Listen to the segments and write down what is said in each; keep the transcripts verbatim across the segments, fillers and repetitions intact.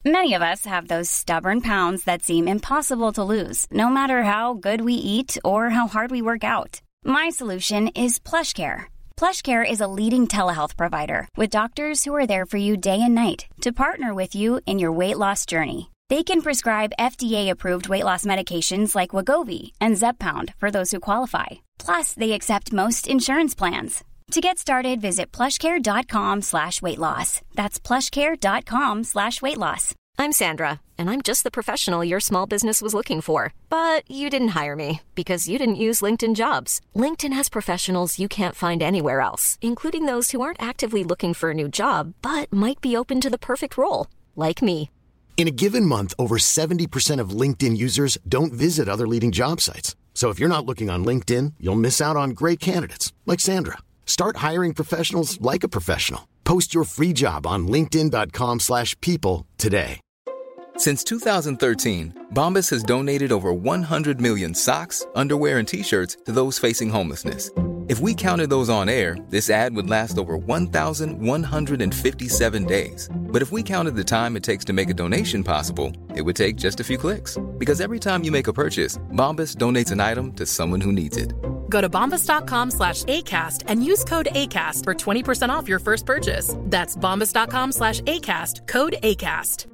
Many of us have those stubborn pounds that seem impossible to lose, no matter how good we eat or how hard we work out. My solution is PlushCare. PlushCare is a leading telehealth provider with doctors who are there for you day and night to partner with you in your weight loss journey. They can prescribe F D A-approved weight loss medications like Wegovy and Zepbound for those who qualify. Plus, they accept most insurance plans. To get started, visit plushcare.com slash weight loss. That's plushcare.com slash weight loss. I'm Sandra, and I'm just the professional your small business was looking for. But you didn't hire me because you didn't use LinkedIn Jobs. LinkedIn has professionals you can't find anywhere else, including those who aren't actively looking for a new job, but might be open to the perfect role, like me. In a given month, over seventy percent of LinkedIn users don't visit other leading job sites. So if you're not looking on LinkedIn, you'll miss out on great candidates like Sandra. Start hiring professionals like a professional. Post your free job on linkedin.com slash people today. Since two thousand thirteen, Bombas has donated over one hundred million socks, underwear, and T-shirts to those facing homelessness. If we counted those on air, this ad would last over one thousand one hundred fifty-seven days. But if we counted the time it takes to make a donation possible, it would take just a few clicks. Because every time you make a purchase, Bombas donates an item to someone who needs it. Go to bombas.com slash ACAST and use code ACAST for twenty percent off your first purchase. That's bombas.com slash ACAST, code ACAST.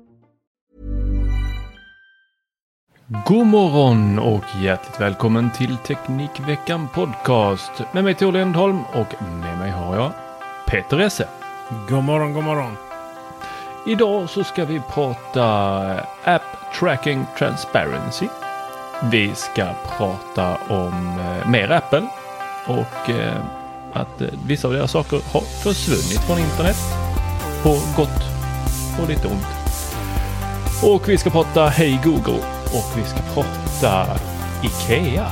God morgon och hjärtligt välkommen till Teknikveckan podcast. Med mig Tor Lindholm och med mig har jag Peter Esse. God morgon, god morgon. Idag så ska vi prata App Tracking Transparency. Vi ska prata om eh, mer Apple och eh, att eh, vissa av deras saker har försvunnit från internet på gott och lite ont. Och vi ska prata Hey Google och vi ska prata IKEA.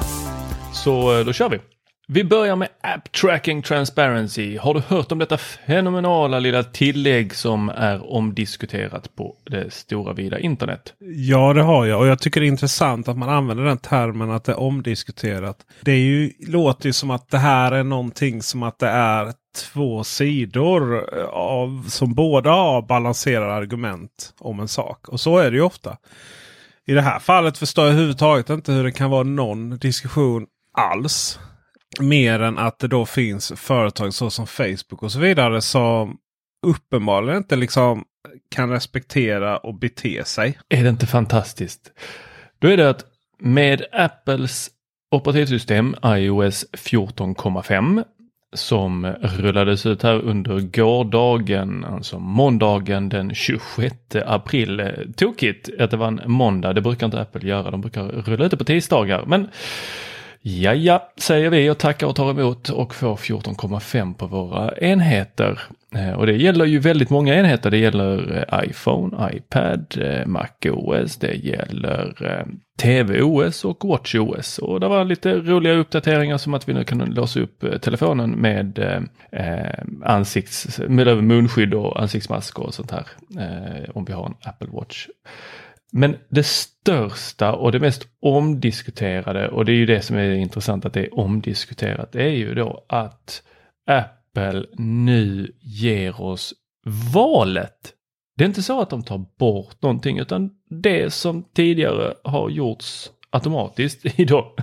Så eh, då kör vi. Vi börjar med App Tracking Transparency. Har du hört om detta fenomenala lilla tillägg som är omdiskuterat på det stora vida internet? Ja, det har jag. Och jag tycker det är intressant att man använder den termen att det är omdiskuterat. Det är ju, låter ju som att det här är någonting som att det är två sidor av, som båda har balanserade argument om en sak. Och så är det ju ofta. I det här fallet förstår jag överhuvudtaget inte hur det kan vara någon diskussion alls. Mer än att det då finns företag så som Facebook och så vidare som uppenbarligen inte liksom kan respektera och bete sig. Är det inte fantastiskt? Då är det att med Apples operativsystem i O S fjorton komma fem som rullades ut här under gårdagen, alltså måndagen den tjugosjätte april. Tokigt att det var en måndag, det brukar inte Apple göra, de brukar rulla ut på tisdagar, men ja, ja, säger vi och tackar och tar emot och får fjorton komma fem på våra enheter. Och det gäller ju väldigt många enheter. Det gäller iPhone, iPad, macOS, det gäller tvOS och watchOS. Och det var lite roliga uppdateringar som att vi nu kan låsa upp telefonen med eh, ansikts, med munskydd och ansiktsmask och sånt här. Eh, om vi har en Apple Watch. Men det största och det mest omdiskuterade, och det är ju det som är intressant att det är omdiskuterat, det är ju då att Apple nu ger oss valet. Det är inte så att de tar bort någonting, utan det som tidigare har gjorts automatiskt i, då,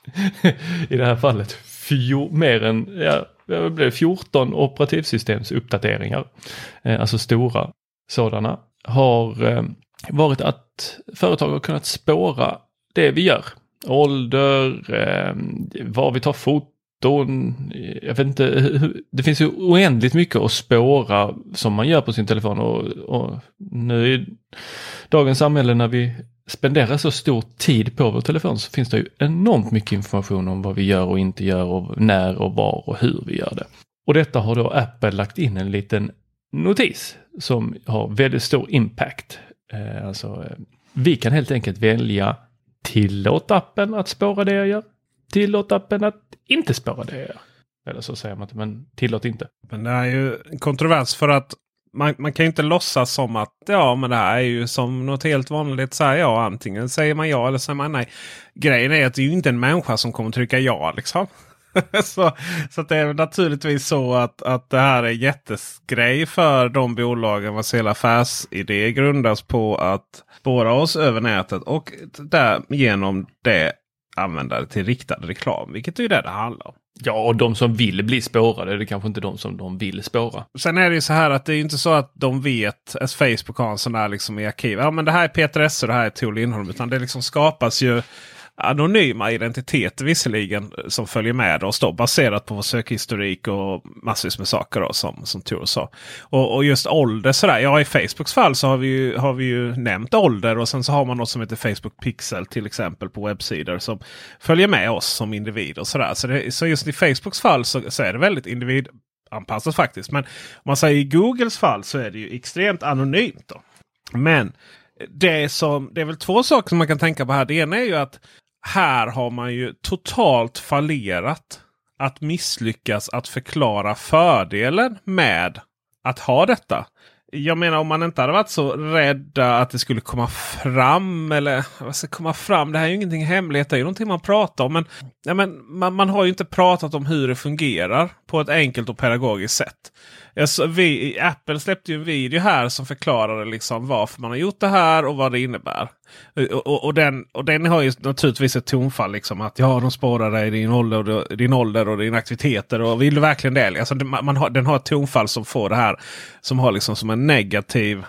i det här fallet fjor, mer än ja, det blev fjorton operativsystemsuppdateringar, alltså stora sådana, har varit att företag har kunnat spåra det vi gör. Ålder, eh, var vi tar foton, jag vet inte, det finns ju oändligt mycket att spåra som man gör på sin telefon och, och nu i dagens samhälle när vi spenderar så stor tid på vår telefon så finns det ju enormt mycket information om vad vi gör och inte gör och när och var och hur vi gör det. Och detta har då Apple lagt in en liten notis som har väldigt stor impact. Alltså, vi kan helt enkelt välja tillåt appen att spåra det jag gör. Tillåt appen att inte spåra det jag gör. Eller så säger man inte, men tillåt inte. Men det är ju en kontrovers för att man, man kan ju inte låtsas som att ja, men det här är ju som något helt vanligt. Så här, ja, antingen säger man ja eller säger man nej. Grejen är att det är ju inte en människa som kommer trycka ja liksom. så, så att det är naturligtvis så att, att det här är jättesgrej för de bolagen vars hela affärsidé grundas på att spåra oss över nätet och där genom det använda det till riktad reklam, vilket är det det handlar om. Ja, och de som vill bli spårade, det är kanske inte de som de vill spåra. Sen är det ju så här att det är inte så att de vet, as Facebook har en sån där liksom i arkiv. Ja, men det här är Peter Esse och det här är Tor Lindholm. Utan det liksom skapas ju anonyma identiteter visserligen som följer med oss då, baserat på vår sökhistorik och massvis med saker då, som, som Tor sa. Och, och just ålder sådär. Ja, i Facebooks fall så har vi, ju, har vi ju nämnt ålder och sen så har man något som heter Facebook Pixel till exempel på webbsidor som följer med oss som individer och sådär. Så, det, så just i Facebooks fall så, så är det väldigt individanpassat faktiskt. Men om man säger i Googles fall så är det ju extremt anonymt då. Men det, som, det är väl två saker som man kan tänka på här. Det ena är ju att här har man ju totalt fallerat att misslyckas att förklara fördelen med att ha detta. Jag menar om man inte hade varit så rädda att det skulle komma fram eller vad ska komma fram. Det här är ju ingenting hemligt, det är ju någonting man pratar om. Men, ja, men man, man har ju inte pratat om hur det fungerar på ett enkelt och pedagogiskt sätt. Alltså, vi, Apple släppte ju en video här som förklarade liksom varför man har gjort det här och vad det innebär. Och, och, och, den, och den har ju naturligtvis ett tonfall liksom att ja, de spårar dig i din ålder, och, din ålder och dina aktiviteter och vill du verkligen det? Alltså, man har, den har ett tonfall som får det här som har liksom som en negativ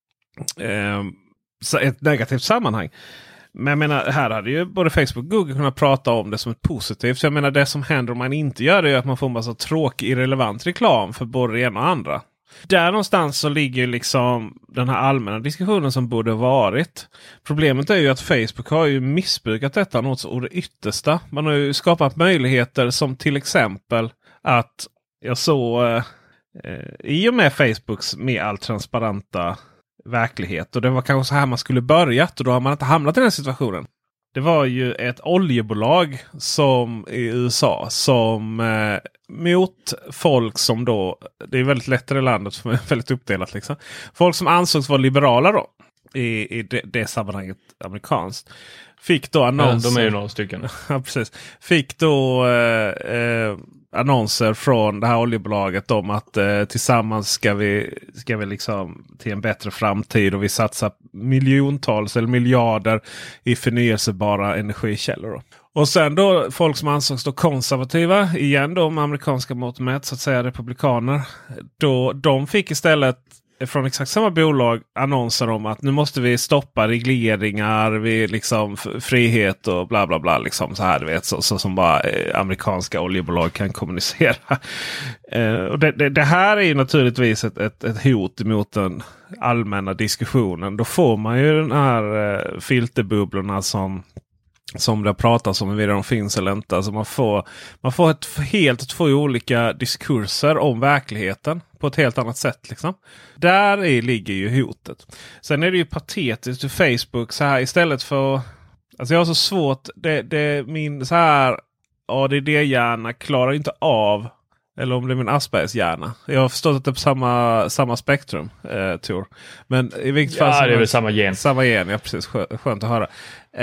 eh, ett negativt sammanhang. Men jag menar, här hade ju både Facebook och Google kunnat prata om det som ett positivt. Så jag menar, det som händer om man inte gör det är att man får en massa tråkig, irrelevant reklam för både det ena och andra. Där någonstans så ligger liksom den här allmänna diskussionen som borde ha varit. Problemet är ju att Facebook har ju missbrukat detta något så det yttersta. Man har ju skapat möjligheter som till exempel att jag såg eh, i och med Facebooks med all transparenta verklighet. Och det var kanske så här man skulle börjat och då har man inte hamnat i den situationen. Det var ju ett oljebolag som i U S A som eh, mot folk som då, det är väldigt lätt i det landet som är väldigt uppdelat liksom. Folk som ansågs vara liberala då i, i det, det sammanhanget amerikanskt. Fick då annonser. Ja, de är ju några stycken. Ja, precis. Fick då eh, eh, annonser från det här oljebolaget om att eh, tillsammans ska vi, ska vi liksom till en bättre framtid och vi satsar miljontals eller miljarder i förnyelsebara energikällor. Då. Och sen då folk som ansågs då konservativa, igen då med amerikanska mått mätt så att säga republikaner, då de fick istället från exakt samma bolag annonser om att nu måste vi stoppa regleringar, vi liksom frihet och bla bla bla liksom så här, du vet, så, så som bara eh, amerikanska oljebolag kan kommunicera. eh, och det, det, det här är ju naturligtvis ett, ett, ett hot mot den allmänna diskussionen. Då får man ju den här eh, filterbubblorna som som det pratas om huruvida de finns eller inte. Alltså man får, man får ett helt två olika diskurser om verkligheten på ett helt annat sätt. Liksom. Där i ligger ju hotet. Sen är det ju patetiskt för Facebook så här istället för... Alltså jag har så svårt... Det, det, min så här A D D-hjärna klarar inte av... Eller om det är min Aspergers hjärna. Jag har förstått att det är på samma, samma spektrum, eh, Tor. Men i vilket fall... Ja, det är väl samma gen. Samma gen, ja precis. Skö, skönt att höra.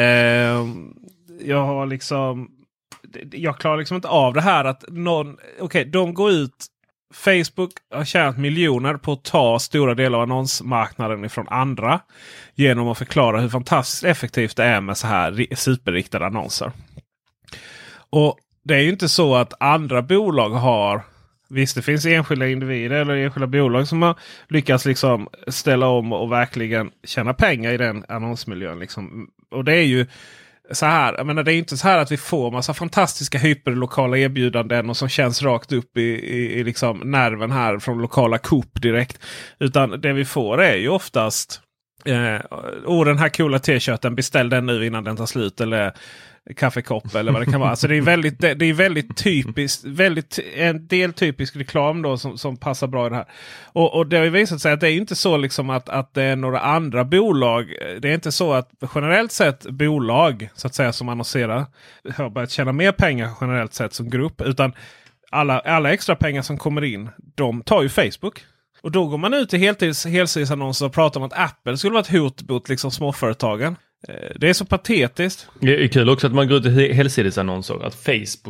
Eh, jag har liksom... Jag klarar liksom inte av det här att någon... Okej, okay, de går ut... Facebook har tjänat miljoner på att ta stora delar av annonsmarknaden ifrån andra. Genom att förklara hur fantastiskt effektivt det är med så här superriktade annonser. Och det är ju inte så att andra bolag har... Visst, det finns enskilda individer eller enskilda bolag som har lyckats liksom ställa om och verkligen tjäna pengar i den annonsmiljön. Liksom. Och det är ju så här, jag menar, det är inte så här att vi får massa fantastiska hyperlokala erbjudanden och som känns rakt upp i, i, i liksom nerven här från lokala Coop direkt. Utan det vi får är ju oftast eh, oh, den här coola t-shirten, beställ den nu innan den tar slut, eller kaffekopp eller vad det kan vara. Alltså det är väldigt, det, det är väldigt typiskt, väldigt, en del typisk reklam då som, som passar bra i det här. Och, och det har ju visat sig att det är inte så liksom att, att det är några andra bolag. Det är inte så att generellt sett bolag så att säga som annonserar har börjat tjäna mer pengar generellt sett som grupp. Utan alla, alla extra pengar som kommer in, de tar ju Facebook. Och då går man ut i heltids, helsidesannonser och pratar om att Apple skulle vara ett hot mot liksom småföretagen. Det är så patetiskt. Det är kul också att man går ut i helsidesannonser att Facebook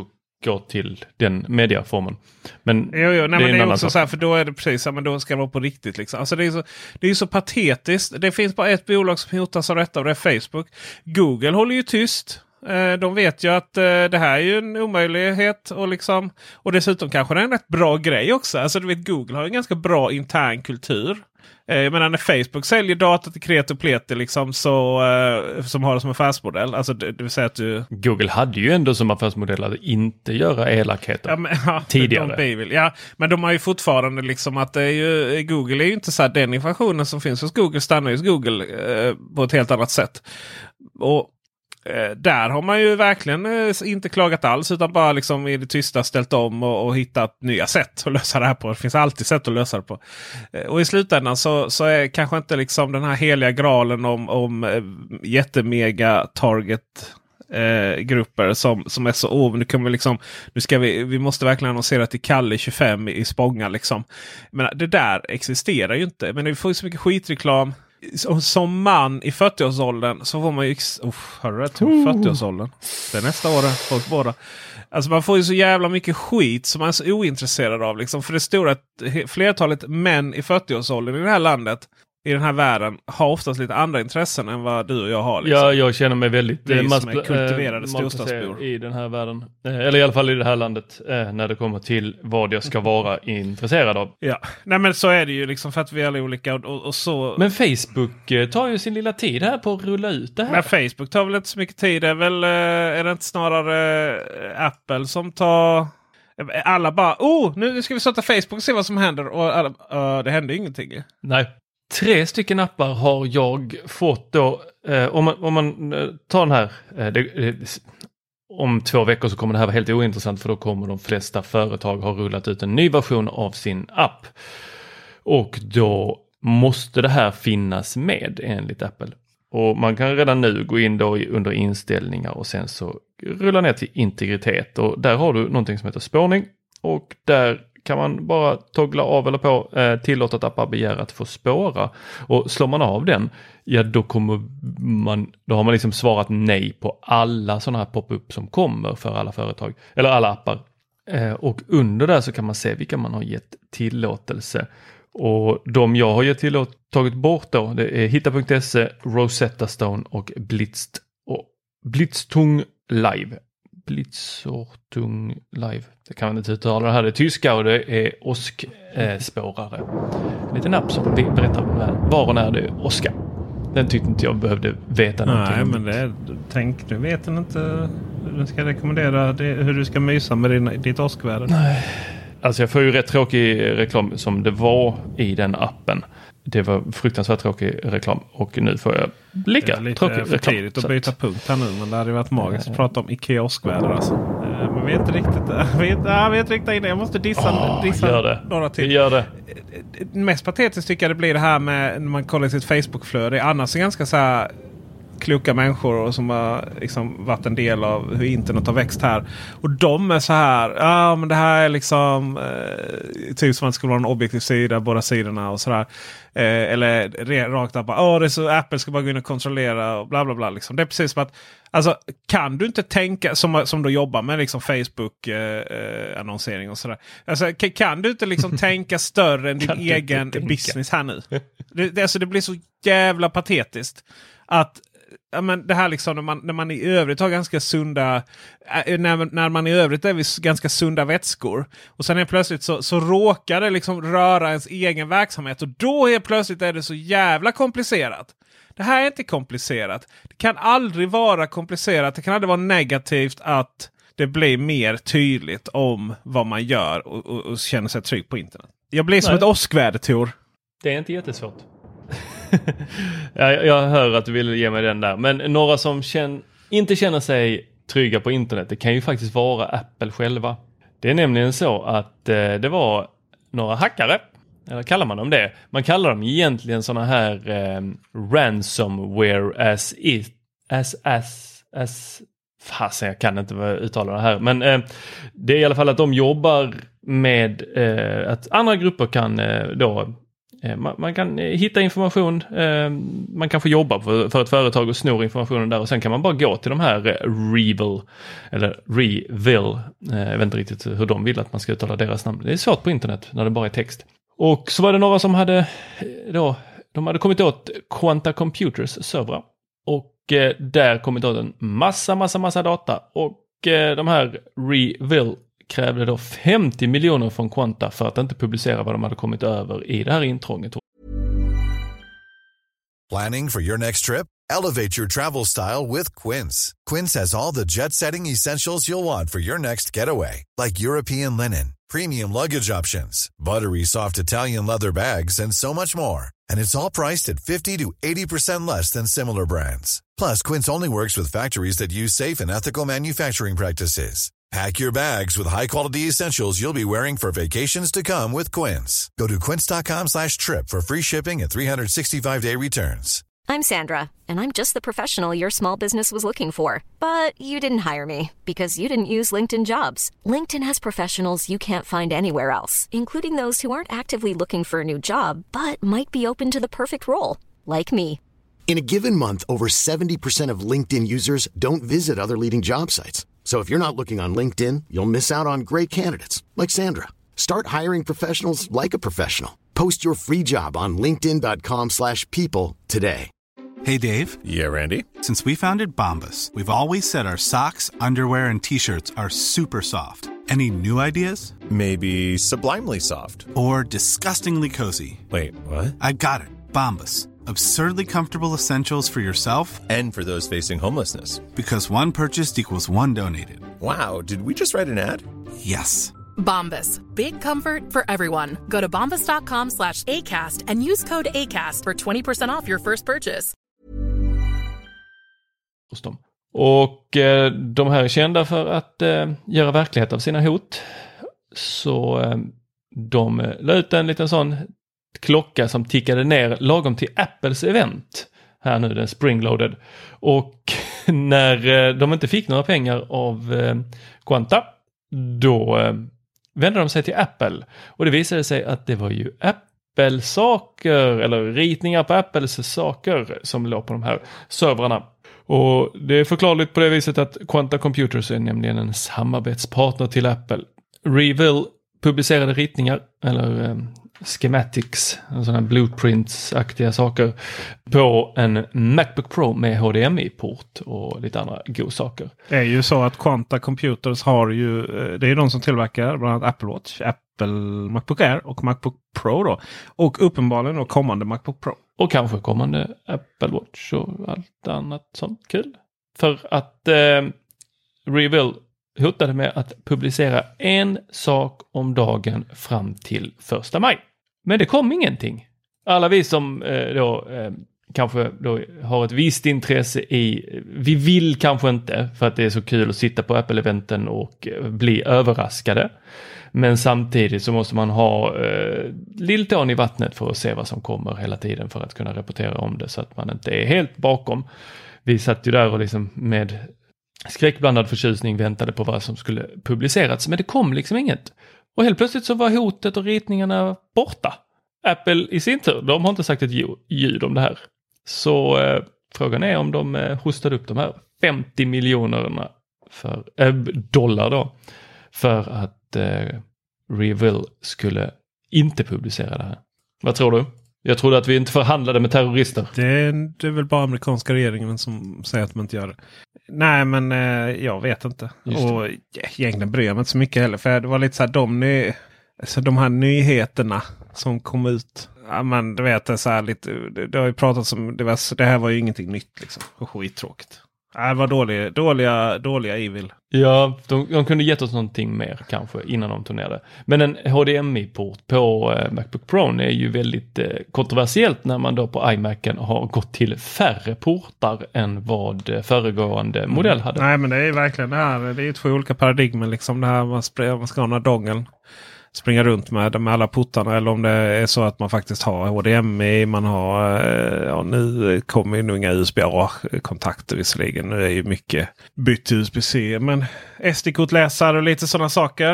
går till den mediaformen. Men jo, jo. Nej, det är, men det är också sak. så här, för då är det precis, men då ska det vara på riktigt liksom. Alltså det är så, det är så patetiskt. Det finns bara ett bolag som hotas av detta, och det är Facebook. Google håller ju tyst. De vet ju att det här är ju en omöjlighet, och liksom, och dessutom kanske det är en rätt bra grej också. Alltså du vet, Google har en ganska bra intern kultur. Men när Facebook säljer data till Kreti och Pleti liksom, så, som har det som affärsmodell. Alltså det, det vill säga att du... Google hade ju ändå som affärsmodell att inte göra elakheter ja, men, ja, tidigare. De ja, men de har ju fortfarande liksom att det är ju, Google är ju inte så här, den informationen som finns hos Google stannar hos Google eh, på ett helt annat sätt. Och där har man ju verkligen inte klagat alls, utan bara liksom i det tysta ställt om och, och hittat nya sätt att lösa det här på. Det finns alltid sätt att lösa det på. Och i slutändan så, så är kanske inte liksom den här heliga graalen om, om jättemega target eh, grupper som, som är så oh, nu kan vi liksom, nu ska vi, vi måste verkligen annonsera till Kalle tjugofem i Spånga liksom. Men det där existerar ju inte. Men vi får ju så mycket skitreklam. Som man i fyrtioårsåldern så får man ju... Oh, hörru rätt? fyrtioårsåldern. Det är nästa år. Folk båda. Alltså man får ju så jävla mycket skit som man är så ointresserad av. Liksom. För det stora flertalet män i fyrtioårsåldern i det här landet, i den här världen, har oftast lite andra intressen än vad du och jag har. Liksom. Ja, jag känner mig väldigt eh, mas- kultiverade eh, storstadsbor i den här världen. Eh, eller i alla fall i det här landet, eh, när det kommer till vad jag ska vara intresserad av. Ja, nej men så är det ju liksom, för att vi är alla olika och, och, och så... Men Facebook eh, tar ju sin lilla tid här på att rulla ut det här. Men Facebook tar väl inte så mycket tid. Det är väl, eh, är det inte snarare eh, Apple som tar... Alla bara, oh, nu ska vi starta Facebook och se vad som händer. Och alla, uh, det händer ingenting. Nej. Tre stycken appar har jag fått då. Eh, om, man, om man eh, tar den här. Eh, det, eh, om två veckor så kommer det här vara helt ointressant, för då kommer de flesta företag ha rullat ut en ny version av sin app. Och då måste det här finnas med enligt Apple. Och man kan redan nu gå in då under inställningar och sen så rulla ner till integritet. Och där har du någonting som heter spårning. Och där kan man bara toggla av eller på eh, tillåta att appar begär att få spåra. Och slår man av den, ja då kommer man, då har man liksom svarat nej på alla sådana här pop-up som kommer för alla företag, eller alla appar. Eh, och under där så kan man se vilka man har gett tillåtelse. Och de jag har gett tillåt, tagit bort då, det är hitta punkt se, Rosetta Stone och Blitzed och Blitztung Live. Blitzortung Live. Det kan man inte uttala det här. Det är tyska och det är åskspårare. En liten app som berättar var och när det är åska. Den tyckte inte jag behövde veta någonting. Nej, men det är, tänk, du vet inte. Du ska rekommendera det, hur du ska mysa med din, ditt åskväder. Nej. Alltså jag får ju rätt tråkig reklam som det var i den appen. Det var fruktansvärt tråkig reklam och nu får jag lika lite tråkig för reklam. Tidigt att byta punkt här nu, men det hade varit magiskt att prata om Ikea åskväder alltså. Men vi är inte riktigt vi är, ja, vi är inte riktigt inne. Jag måste dissa, oh, dissa gör det. några till. Gör det. Mest patetiskt tycker jag det blir det här med när man kollar sitt Facebook-flöde. Annars är ganska så här kloka människor och som har liksom varit en del av hur internet har växt här. Och de är så här, ja ah, men det här är liksom eh, typ som att det skulle vara en objektiv sida, båda sidorna och sådär. Eh, eller re, rakt upp, åh oh, det är så Apple ska bara gå in och kontrollera och bla bla bla. Liksom. Det är precis som att, alltså kan du inte tänka, som, som du jobbar med liksom Facebook eh, annonsering och sådär. Alltså kan, kan du inte liksom tänka större än din egen business här nu? Det, det, alltså det blir så jävla patetiskt att ja, men det här liksom när man, när man i övrigt har ganska sunda när, när man i övrigt är vid ganska sunda vätskor och sen är plötsligt så, så råkar det liksom röra ens egen verksamhet och då är plötsligt är det så jävla komplicerat. Det här är inte komplicerat. Det kan aldrig vara komplicerat. Det kan aldrig vara negativt att det blir mer tydligt om vad man gör och, och, och känner sig trygg på internet. Jag blir som Nej. ett åskväder, Tor. Det är inte jättesvårt. jag, jag hör att du vill ge mig den där. Men några som känn, inte känner sig trygga på internet, det kan ju faktiskt vara Apple själva. Det är nämligen så att eh, det var några hackare, eller kallar man dem det? Man kallar dem egentligen såna här eh, ransomware as it, as, as, as fasen, jag kan inte uttala det här. Men eh, det är i alla fall att de jobbar med eh, att andra grupper kan eh, då Man, man kan hitta information, man kan få jobba för, för ett företag och snor informationen där och sen kan man bara gå till de här Reveal eller Reveal, jag vet inte riktigt hur de vill att man ska uttala deras namn. Det är svårt på internet när det bara är text. Och så var det några som hade då, de hade kommit åt Quanta Computers servrar och där kommit åt en massa, massa, massa data och de här Reveal krävde då femtio miljoner från Quanta för att inte publicera vad de hade kommit över i det här intrånget. Planning for your next trip? Elevate your travel style with Quince. Quince has all the jet-setting essentials you'll want for your next getaway, like European linen, premium luggage options, buttery soft Italian leather bags, and so much more. And it's all priced at fifty to eighty percent less than similar brands. Plus, Quince only works with factories that use safe and ethical manufacturing practices. Pack your bags with high-quality essentials you'll be wearing for vacations to come with Quince. Go to quince.com slash trip for free shipping and three sixty-five day returns. I'm Sandra, and I'm just the professional your small business was looking for. But you didn't hire me because you didn't use LinkedIn Jobs. LinkedIn has professionals you can't find anywhere else, including those who aren't actively looking for a new job, but might be open to the perfect role, like me. In a given month, over seventy percent of LinkedIn users don't visit other leading job sites. So if you're not looking on LinkedIn, you'll miss out on great candidates like Sandra. Start hiring professionals like a professional. Post your free job on linkedin dot com slash people today. Hey, Dave. Yeah, Randy. Since we founded Bombas, we've always said our socks, underwear, and T-shirts are super soft. Any new ideas? Maybe sublimely soft. Or disgustingly cozy. Wait, what? I got it. Bombas. Absurdly comfortable essentials for yourself and for those facing homelessness. Because one purchased equals one donated. Wow, did we just write an ad? Yes. Bombas. Big comfort for everyone. Go to bombas.com slash ACAST and use code ACAST for twenty percent off your first purchase. Och eh, de här är kända för att eh, göra verklighet av sina hot. Så eh, de la ut en liten sån klocka som tickade ner lagom till Apples event. Här nu, den springloaded. Och när eh, de inte fick några pengar av eh, Quanta, då eh, vände de sig till Apple. Och det visade sig att det var ju Apple-saker, eller ritningar på Apples saker som låg på de här servrarna. Och det är förklarligt på det viset att Quanta Computers är nämligen en samarbetspartner till Apple. Reveal publicerade ritningar, eller eh, schematics, sådana blueprints-aktiga saker på en MacBook Pro med H D M I-port och lite andra godsaker. Det är ju så att Quanta Computers har ju, det är ju de som tillverkar bland annat Apple Watch, Apple Macbook Air och Macbook Pro då. Och uppenbarligen då kommande Macbook Pro. Och kanske kommande Apple Watch och allt annat sånt kul. För att eh, Reveal hotade med att publicera en sak om dagen fram till första maj. Men det kom ingenting. Alla vi som eh, då eh, kanske då har ett visst intresse i, vi vill kanske inte för att det är så kul att sitta på Apple-eventen och eh, bli överraskade. Men samtidigt så måste man ha eh, lilltån i vattnet för att se vad som kommer hela tiden för att kunna rapportera om det så att man inte är helt bakom. Vi satt ju där och liksom med skräckblandad förtjusning väntade på vad som skulle publicerats, men det kom liksom inget. Och helt plötsligt så var hotet och ritningarna borta. Apple i sin tur, de har inte sagt ett ljud om det här. Så eh, frågan är om de eh, hostade upp de här femtio miljonerna för, äh, dollar då för att eh, Reveal skulle inte publicera det här. Vad tror du? Jag trodde att vi inte förhandlade med terrorister. Det är, det är väl bara amerikanska regeringen som säger att man inte gör det. Nej, men eh, jag vet inte. Och egentligen bryr jag mig inte så mycket heller. För det var lite så här, de, ny, alltså, de här nyheterna som kom ut. Ja, men du vet, det, så här lite, det, det har ju pratats om, det, var, det här var ju ingenting nytt liksom. Och skittråkigt. Ja, det var dåliga, dåliga, dåliga evil. Ja, de, de kunde gett oss någonting mer kanske innan de tog ner det. Men en H D M I-port på eh, Macbook Pro är ju väldigt eh, kontroversiellt när man då på iMacen har gått till färre portar än vad eh, föregående modell hade. Nej, men det är verkligen det här. Det är ju två olika paradigmer liksom. Det här man, spr- man ska ha den här dongeln. Springa runt med, med alla portarna, eller om det är så att man faktiskt har H D M I, man har, ja, nu kommer ju nog inga U S B A-kontakter visserligen, nu är ju mycket bytt till U S B C, men S D-kortläsare och lite sådana saker.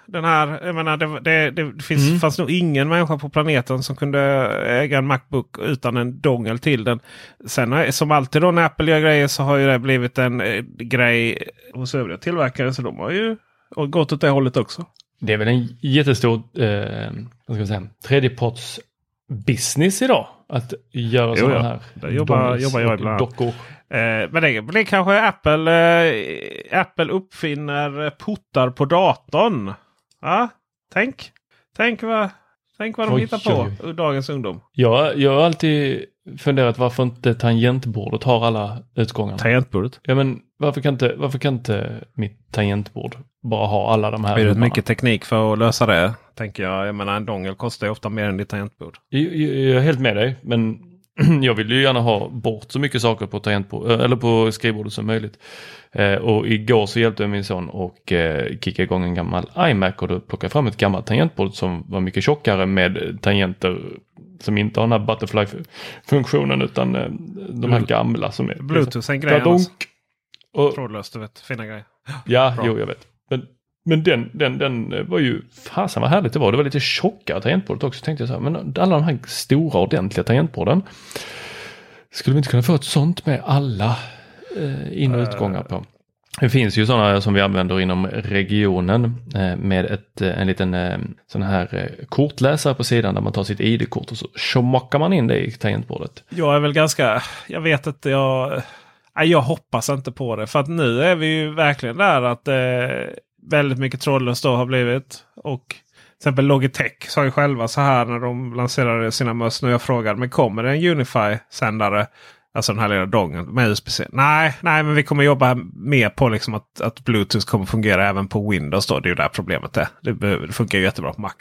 Den här, jag menar, det, det, det finns, Mm. fanns nog ingen människa på planeten som kunde äga en MacBook utan en dongel till den. Sen som alltid då när Apple gör grejer så har ju det blivit en eh, grej hos övriga tillverkare. Så de har ju gått åt det hållet också. Det är väl en jättestor eh, vad ska jag säga, tredjeparts business idag att göra sådana ja. här Där jobbar, jobbar jag ibland. dockor. Eh, men det blir kanske Apple, eh, Apple uppfinner portar på datorn. Ja, tänk. Tänk vad, tänk vad de Oj, hittar på, oj. dagens ungdom. Jag, jag har alltid funderat varför inte tangentbordet har alla utgångarna. Tangentbordet? Ja, men varför kan inte, varför kan inte mitt tangentbord bara ha alla de här? Det är hubbarna? mycket teknik för att lösa det, tänker jag. Jag menar, en dongel kostar ju ofta mer än ditt tangentbord. Jag, jag, jag är helt med dig, men jag vill ju gärna ha bort så mycket saker på tangentbord, eller på skrivbordet som möjligt. Eh, och igår så hjälpte jag min son och eh, kicka igång en gammal iMac och då plockade jag fram ett gammalt tangentbord som var mycket tjockare med tangenter som inte har den här butterfly-funktionen utan eh, de här gamla som är... Bluetooth är en grej. Och, trådlöst, du vet. Fina grejer. ja, Bra. jo jag vet. Men, men den, den, den var ju... Fasen vad härligt det var. Det var lite tjockare tangentbordet också. Tänkte jag så här, men alla de här stora ordentliga tangentborden. Skulle vi inte kunna få ett sånt med alla eh, in- och utgångar på? Det finns ju sådana som vi använder inom regionen eh, med ett, en liten eh, sån här eh, kortläsare på sidan där man tar sitt I D-kort och så tjockar man in det i tangentbordet. Jag är väl ganska... Jag vet att jag... Nej, jag hoppas inte på det. För att nu är vi ju verkligen där att eh, väldigt mycket trådlöst då har blivit. Och till exempel Logitech sa ju själva så här när de lanserade sina möss. Nu jag frågade, men kommer det en Unify-sändare? Alltså den här lilla dongen med U S B C. Nej, nej, men vi kommer jobba mer på liksom att, att Bluetooth kommer fungera även på Windows. Då. Det är ju där problemet är. Det, det funkar ju jättebra på Mac.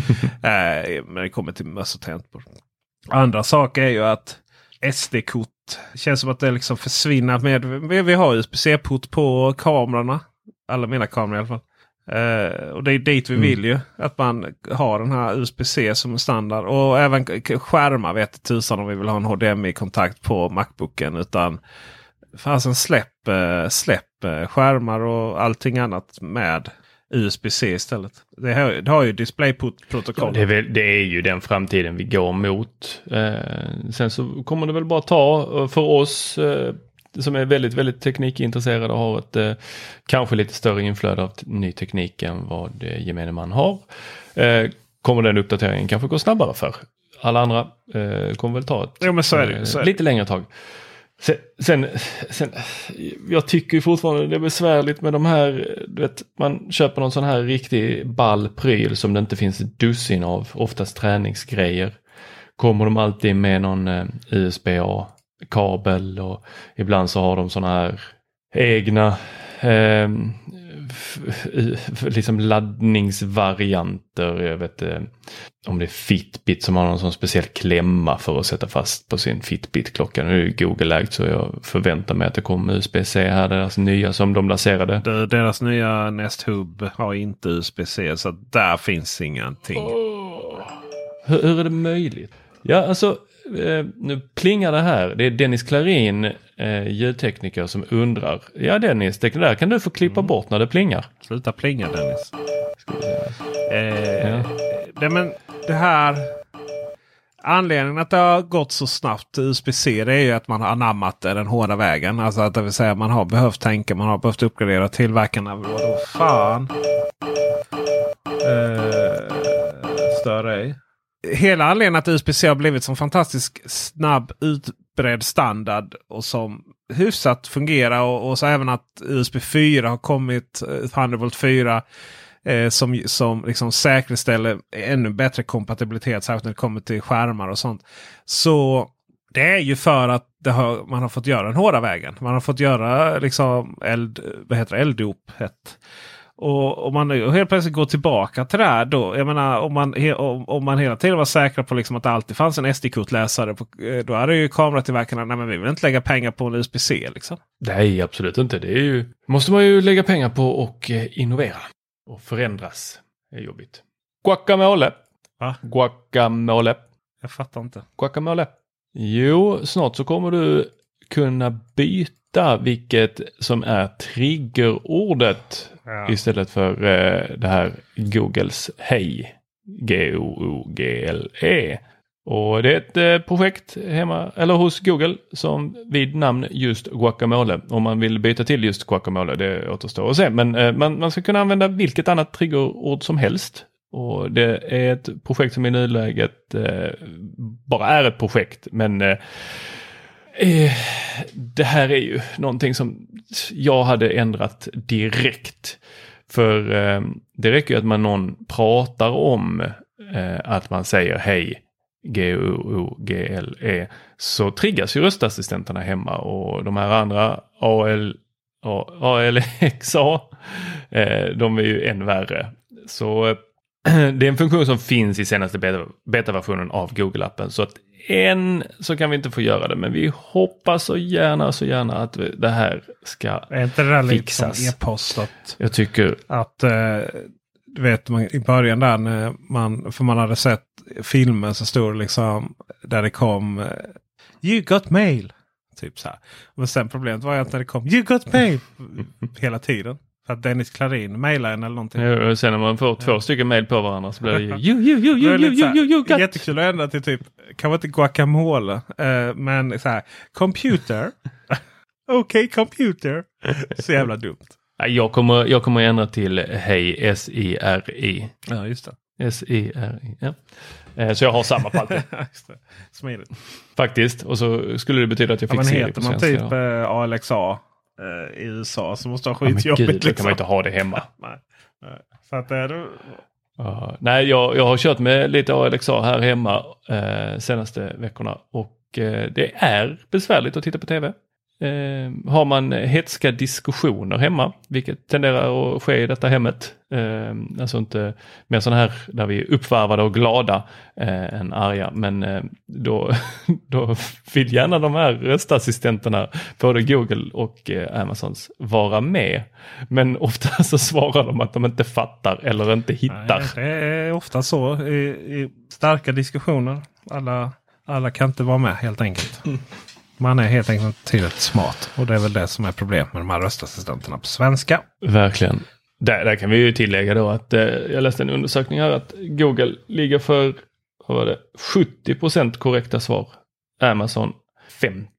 eh, men det kommer till möss och tangentbord. Andra saker är ju att S D-kort känns som att det liksom försvinner med. Vi, vi har U S B C-port på kamerorna. Alla mina kameror i alla fall. Uh, och det är dit vi mm. vill ju. Att man har den här U S B C som standard. Och även skärmar vet tusan om vi vill ha en H D M I-kontakt på MacBooken. Utan fasen släpp, uh, släpp uh, skärmar och allting annat med U S B C istället. Det har, det har ju DisplayPort-protokoll. Ja, det, det är ju den framtiden vi går mot. Eh, sen så kommer det väl bara ta för oss eh, som är väldigt, väldigt teknikintresserade och har ett eh, kanske lite större inflöde av ny teknik än vad eh, gemene man har. Eh, kommer den uppdateringen kanske gå snabbare för. Alla andra eh, kommer väl ta ett jo, men så är det, så är det. lite längre tag. Sen, sen, sen, jag tycker ju fortfarande det är besvärligt med de här, du vet, man köper någon sån här riktig ball pryl som det inte finns ett dussin av, oftast träningsgrejer. Kommer de alltid med någon eh, U S B A-kabel och ibland så har de såna här egna eh, f- f- liksom laddningsvarianter. Jag vet eh, om det är Fitbit som har någon sån speciell klämma för att sätta fast på sin Fitbit-klocka. Nu är det Google-ägt så jag förväntar mig att det kommer U S B C här, deras nya som de lanserade. Det, deras nya Nest Hub har inte U S B C så där finns ingenting. Oh. Hur, hur är det möjligt? Ja, alltså eh, nu plingar det här. Det är Dennis Klarin, eh, ljudtekniker, som undrar. Ja Dennis, det där kan du få klippa mm. bort när det plingar. Sluta plinga Dennis. Eh, ja. det, men det här... Anledningen att det har gått så snabbt till U S B C det är ju att man har anammat den hårda vägen. Alltså att det vill säga man har behövt tänka, man har behövt uppgradera tillverkarna. Vadå fan? Eh, större. Hela anledningen att U S B C har blivit som fantastisk snabb utbredd standard och som hyfsat fungerar och, och så även att U S B fyra har kommit, Thunderbolt fyra eh, som, som liksom säkerställer ännu bättre kompatibilitet särskilt när det kommer till skärmar och sånt. Så det är ju för att det har, man har fått göra den hårda vägen. Man har fått göra liksom eld, vad heter det, elddop hett. Och om man helt plötsligt går tillbaka till det här då, jag menar om man, om, om man hela tiden var säker på liksom att det alltid fanns en S D-kortläsare, då är det ju kameratillverkarna, nej men vi vill inte lägga pengar på en U S B C liksom. Nej, absolut inte. Det är ju, måste man ju lägga pengar på och innovera och förändras. Det är jobbigt. Guacamole. Va? Guacamole. Jag fattar inte. Guacamole. Jo, snart så kommer du kunna byta vilket som är triggerordet ja. Istället för eh, det här Googles Hej. G O O G L E. Och det är ett eh, projekt hemma eller hos Google som vid namn just Guacamole. Om man vill byta till just Guacamole, det återstår att se. Men eh, man, man ska kunna använda vilket annat triggerord som helst. Och det är ett projekt som i nuläget eh, bara är ett projekt. Men eh, eh, det här är ju någonting som jag hade ändrat direkt. För eh, det räcker ju att man någon pratar om eh, att man säger hej G O O G L E, så triggas ju röstassistenterna hemma, och de här andra A L X A eh, de är ju än värre. Så eh, det är en funktion som finns i senaste beta, beta-versionen av Google-appen, så att än så kan vi inte få göra det, men vi hoppas så gärna så gärna att det här ska är inte det där fixas. Lite e-post att, jag tycker att eh, du vet man, i början där när man, för man hade sett filmen så stod det liksom där det kom you got mail typ så här. Men sen problemet var ju att när det kom you got mail hela tiden. För att Dennis Klarin mejlar en eller någonting. Ja, och sen när man får två ja. stycken mejl på varandra så blir det ju you, you, you, you, you, you, you, you got. Jättekul att ändra till typ, kan vara inte guacamole, uh, men så här, computer. Okej, okay, computer. Så jävla dumt. Jag kommer, jag kommer ändra till hej S I R I. Ja, just det. S I R I, ja. Så jag har samma på alltid. Smidigt. Faktiskt, och så skulle det betyda att jag fick ja, Siri på svenska. Men heter man typ uh, A L X A i U S A så måste ha skitjobbigt. Ja, gud, liksom. Då kan man inte ha det hemma. Nej. Så att det är det... Uh, nej, jag, jag har kört med lite A L X A här hemma uh, senaste veckorna, och uh, det är besvärligt att titta på tv. Uh, har man hetska diskussioner hemma, vilket tenderar att ske i detta hemmet, uh, alltså inte mer sådana här där vi är uppvarvade och glada uh, än arga, men uh, då, då vill gärna de här röstassistenterna, både Google och uh, Amazons, vara med, men ofta så svarar de att de inte fattar eller inte hittar. Nej, det är ofta så i, i starka diskussioner, alla, alla kan inte vara med helt enkelt. Mm. Man är helt enkelt tillräckligt smart. Och det är väl det som är problemet med de här röstassistenterna på svenska. Verkligen. Där, där kan vi ju tillägga då att eh, jag läste en undersökning här att Google ligger för vad var det, sjuttio procent korrekta svar. Amazon femtio.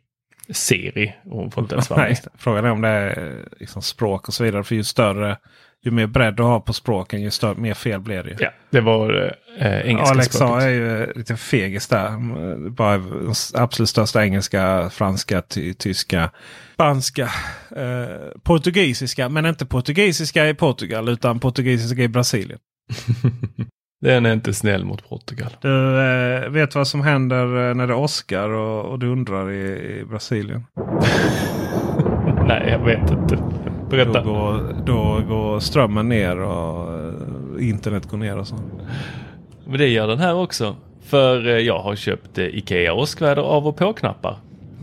Siri. Och får inte ens vara med. Frågan är om det är liksom språk och så vidare. För ju större, ju mer bredd du har på språken, ju större, mer fel blir det ju. Ja, det var eh, engelska Alexa språket. är ju lite fegis där. Bara absolut största engelska, franska, ty- tyska, spanska, eh, portugisiska. Men inte portugisiska i Portugal utan portugisiska i Brasilien. Den är inte snäll mot Portugal. Du eh, vet vad som händer när det åskar och, och du undrar i, i Brasilien? Nej, jag vet inte. Berätta. Då går, då går strömmen ner och internet går ner och så. Men det gör den här också. För jag har köpt Ikea åskväder av och på-knappar.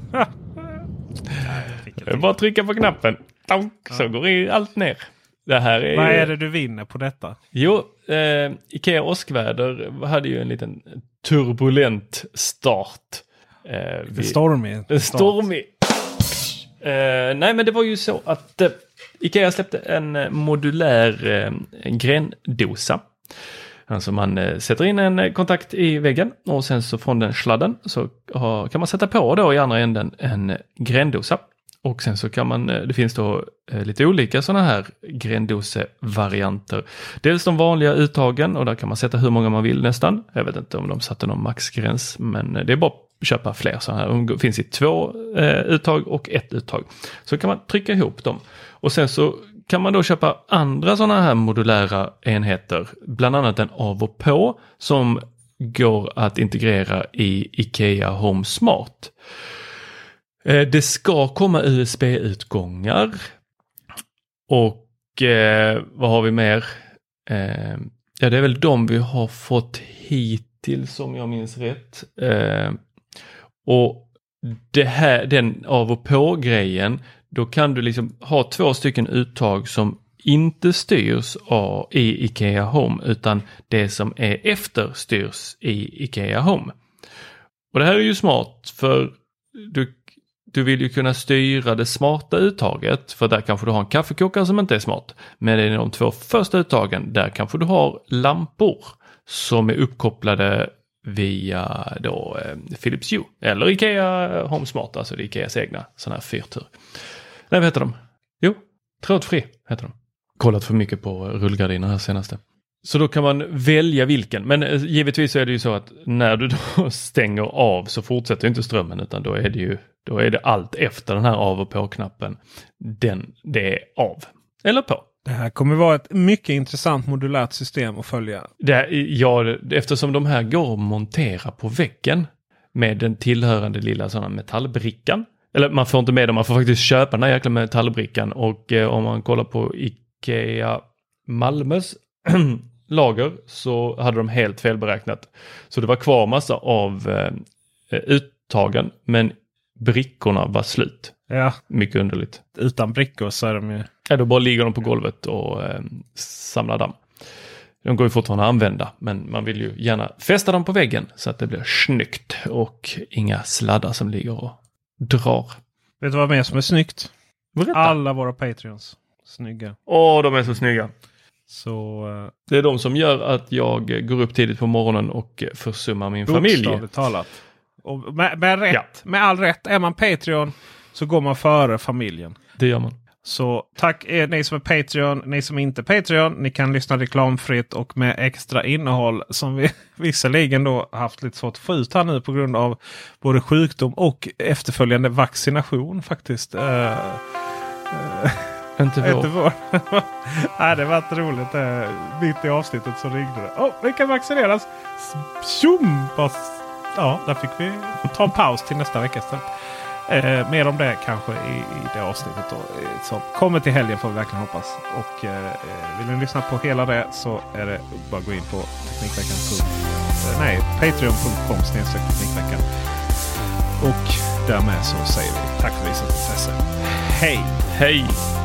Jag bara trycka på knappen. Tonk, så går allt ner. Det här är... Vad är det du vinner på detta? Jo, eh, Ikea åskväder hade ju en liten turbulent start. Eh, vi... Stormig. Stormig. Eh, nej, men det var ju så att eh, Ikea släppte en modulär eh, en grendosa. Alltså man eh, sätter in en kontakt i väggen och sen så från den sladden så ha, kan man sätta på då i andra änden en grendosa. Och sen så kan man, det finns då eh, lite olika sådana här grendose-varianter. Dels de vanliga uttagen, och där kan man sätta hur många man vill nästan. Jag vet inte om de satte någon maxgräns, men det är bara att köpa fler sådana här. De finns i två eh, uttag och ett uttag. Så kan man trycka ihop dem. Och sen så kan man då köpa andra sådana här modulära enheter. Bland annat en av och på som går att integrera i Ikea Home Smart. Det ska komma U S B-utgångar. Och eh, vad har vi mer? Eh, ja, det är väl de vi har fått hittills om jag minns rätt. Eh, och det här, den av och på grejen, då kan du liksom ha två stycken uttag som inte styrs av, i Ikea Home, utan det som är efter styrs i Ikea Home. Och det här är ju smart, för du du vill ju kunna styra det smarta uttaget, för där kanske du har en kaffekokare som inte är smart. Men i de två första uttagen, där kanske du har lampor som är uppkopplade via då eh, Philips Hue eller Ikea Home Smart, alltså det är Ikeas egna sådana här fyrtur. Nej, vad heter de? Jo, trådfri heter de. Kollat för mycket på rullgardiner här senaste. Så då kan man välja vilken. Men eh, givetvis så är det ju så att när du då stänger av så fortsätter inte strömmen, utan då är det ju då är det allt efter den här av- och på-knappen. Den, det är av. Eller på. Det här kommer vara ett mycket intressant modulärt system att följa. Det, ja, eftersom de här går att montera på väggen med den tillhörande lilla sådana metallbrickan. Eller man får inte med dem, man får faktiskt köpa den här jäkla metallbrickan. Och eh, om man kollar på Ikea Malmös lager så hade de helt felberäknat. Så det var kvar massa av eh, uttagen, men brickorna var slut. Ja. Mycket underligt. Utan brickor så är de ju... Ja, då bara ligger de på golvet och eh, samlar damm. De går ju fortfarande att använda, men man vill ju gärna fästa dem på väggen så att det blir snyggt och inga sladdar som ligger och drar. Vet du vad mer som är snyggt? Berätta. Alla våra Patreons. Snygga. Åh, de är så snygga. Så, uh, det är de som gör att jag går upp tidigt på morgonen och försummar min familj. Bokstavligt talat. Och med, med, rätt, ja. med all rätt, är man Patreon så går man före familjen. Det gör man. Så tack er, ni som är Patreon, ni som inte är Patreon. Ni kan lyssna reklamfritt och med extra innehåll som vi visserligen då haft lite svårt att få ut här nu på grund av både sjukdom och efterföljande vaccination faktiskt. Uh, uh, inte vår. Inte vår. Nej, det var inte roligt. Uh, mitt i avsnittet så ringde det. Åh, oh, vi kan vaccineras. Tjum! Ja, där fick vi ta en paus till nästa vecka istället. Eh, mer om det kanske i, i det avsnittet då, som kommer till helgen får vi verkligen hoppas. Och eh, vill ni lyssna på hela det så är det bara att gå in på teknikveckan. Eh, nej, patreon punkt com snedstreck teknikveckan. Och därmed så säger vi tack för visat intresse. Hej! Hej!